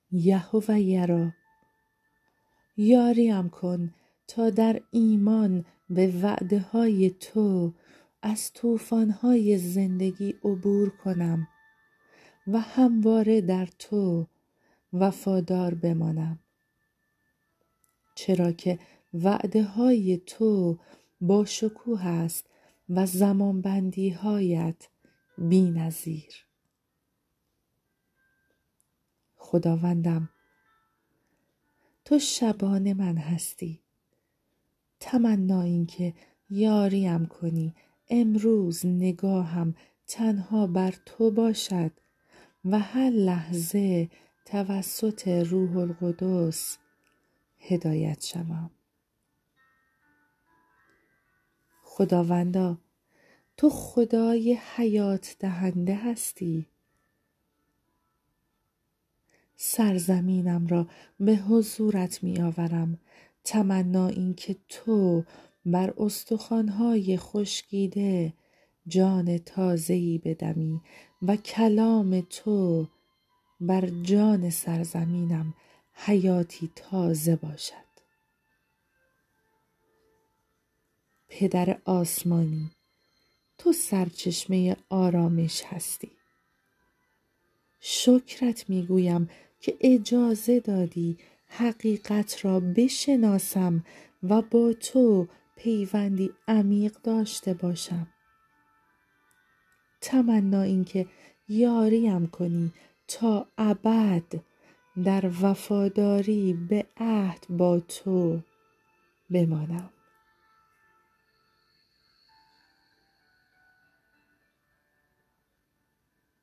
یهوه یرا. یاریم کن تا در ایمان به وعده های تو از طوفان های زندگی عبور کنم و همواره در تو وفادار بمانم، چرا که وعده های تو با شکوه است و زمانبندی هایت بی‌نظیر. خداوندم، تو شبان من هستی. تمنا این که یاریم کنی امروز نگاهم تنها بر تو باشد و هر لحظه توسط روح القدس هدایت شوم. خداوندا، تو خدای حیات دهنده هستی. سرزمینم را به حضورت می آورم، تمنا این که تو بر استخوان‌های خشکیده جان تازه‌ای بدمی و کلام تو بر جان سرزمینم حیاتی تازه باشد. پدر آسمانی، تو سرچشمه آرامش هستی. شکرت میگویم که اجازه دادی حقیقت را بشناسم و با تو پیوندی عمیق داشته باشم. تمنا این که یاریم کنی تا ابد در وفاداری به عهد با تو بمانم.